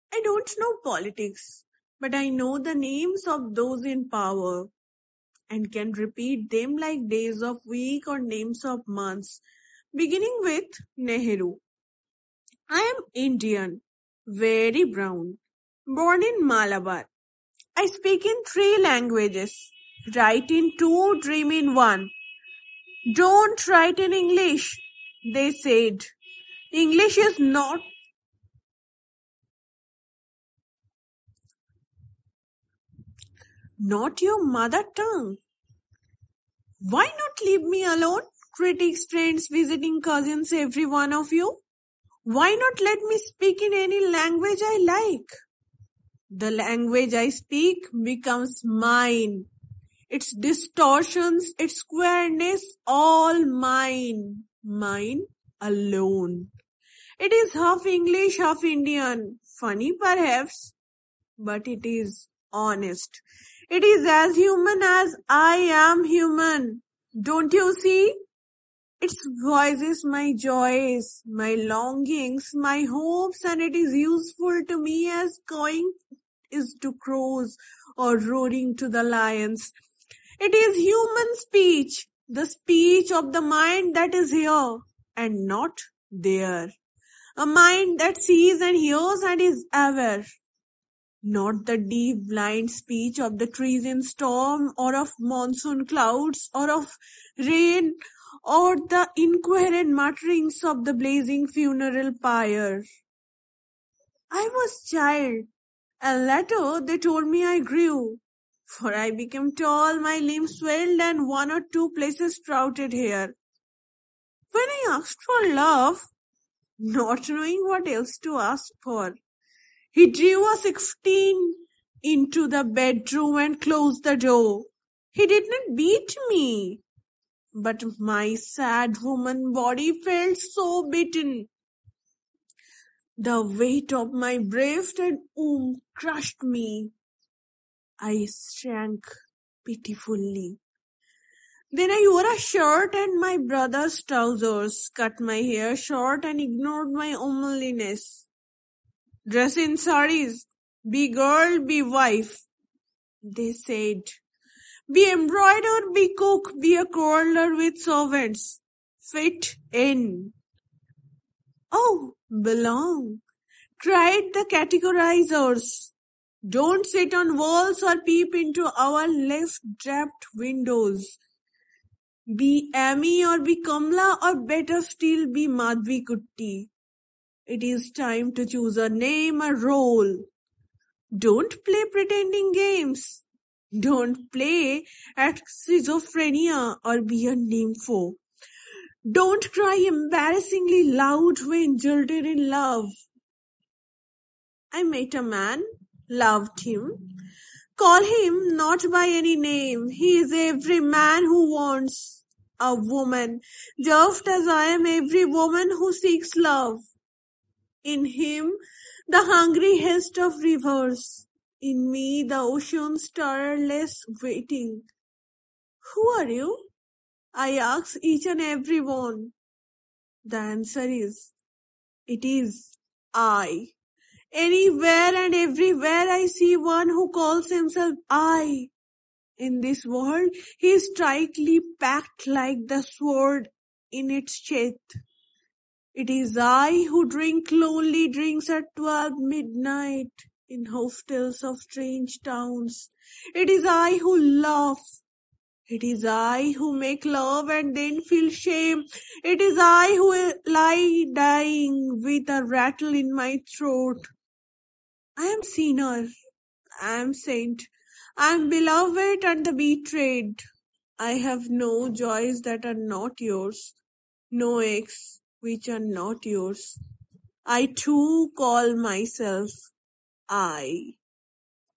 I don't know politics, but I know the names of those in power and can repeat them like days of week or names of months, beginning with Nehru. I am Indian, very brown, born in Malabar. I speak in three languages, write in two, dream in one. Don't write in English, they said. English is not your mother tongue. Why not leave me alone? Critics, friends, visiting cousins, every one of you. Why not let me speak in any language I like? The language I speak becomes mine. Its distortions, its squareness, all mine. Mine alone. It is half English, half Indian. Funny perhaps, but it is honest. It is as human as I am human. Don't you see? Its voices my joys, my longings, my hopes, and it is useful to me as cawing is to crows or roaring to the lions. It is human speech, the speech of the mind that is here and not there. A mind that sees and hears and is aware. Not the deep blind speech of the trees in storm or of monsoon clouds or of rain or the incoherent mutterings of the blazing funeral pyre. I was child, and later they told me I grew, for I became tall, my limbs swelled, and one or two places sprouted hair. When I asked for love, not knowing what else to ask for, he drew a 16 into the bedroom and closed the door. He did not beat me, but my sad woman body felt so beaten. The weight of my breast and womb crushed me. I shrank pitifully. Then I wore a shirt and my brother's trousers, cut my hair short and ignored my womanliness. Dress in saris, be girl, be wife, they said. Be embroidered, be cook, be a quarreler with servants. Fit in. Oh, belong, cried the categorizers. Don't sit on walls or peep into our less draped windows. Be Amy or be Kamla or better still be Madhvi Kutti. It is time to choose a name, a role. Don't play pretending games. Don't play at schizophrenia or be a nympho. Don't cry embarrassingly loud when jilted in love. I met a man, loved him. Call him not by any name. He is every man who wants a woman, just as I am every woman who seeks love. In him, the hungry haste of rivers. In me, the ocean's tireless waiting. Who are you? I ask each and every one. The answer is, it is I. Anywhere and everywhere I see one who calls himself I. In this world, he is tightly packed like the sword in its sheath. It is I who drink lonely drinks at 12 midnight in hostels of strange towns. It is I who laugh. It is I who make love and then feel shame. It is I who lie dying with a rattle in my throat. I am sinner. I am saint. I am beloved and the betrayed. I have no joys that are not yours, no aches which are not yours. I too call myself I.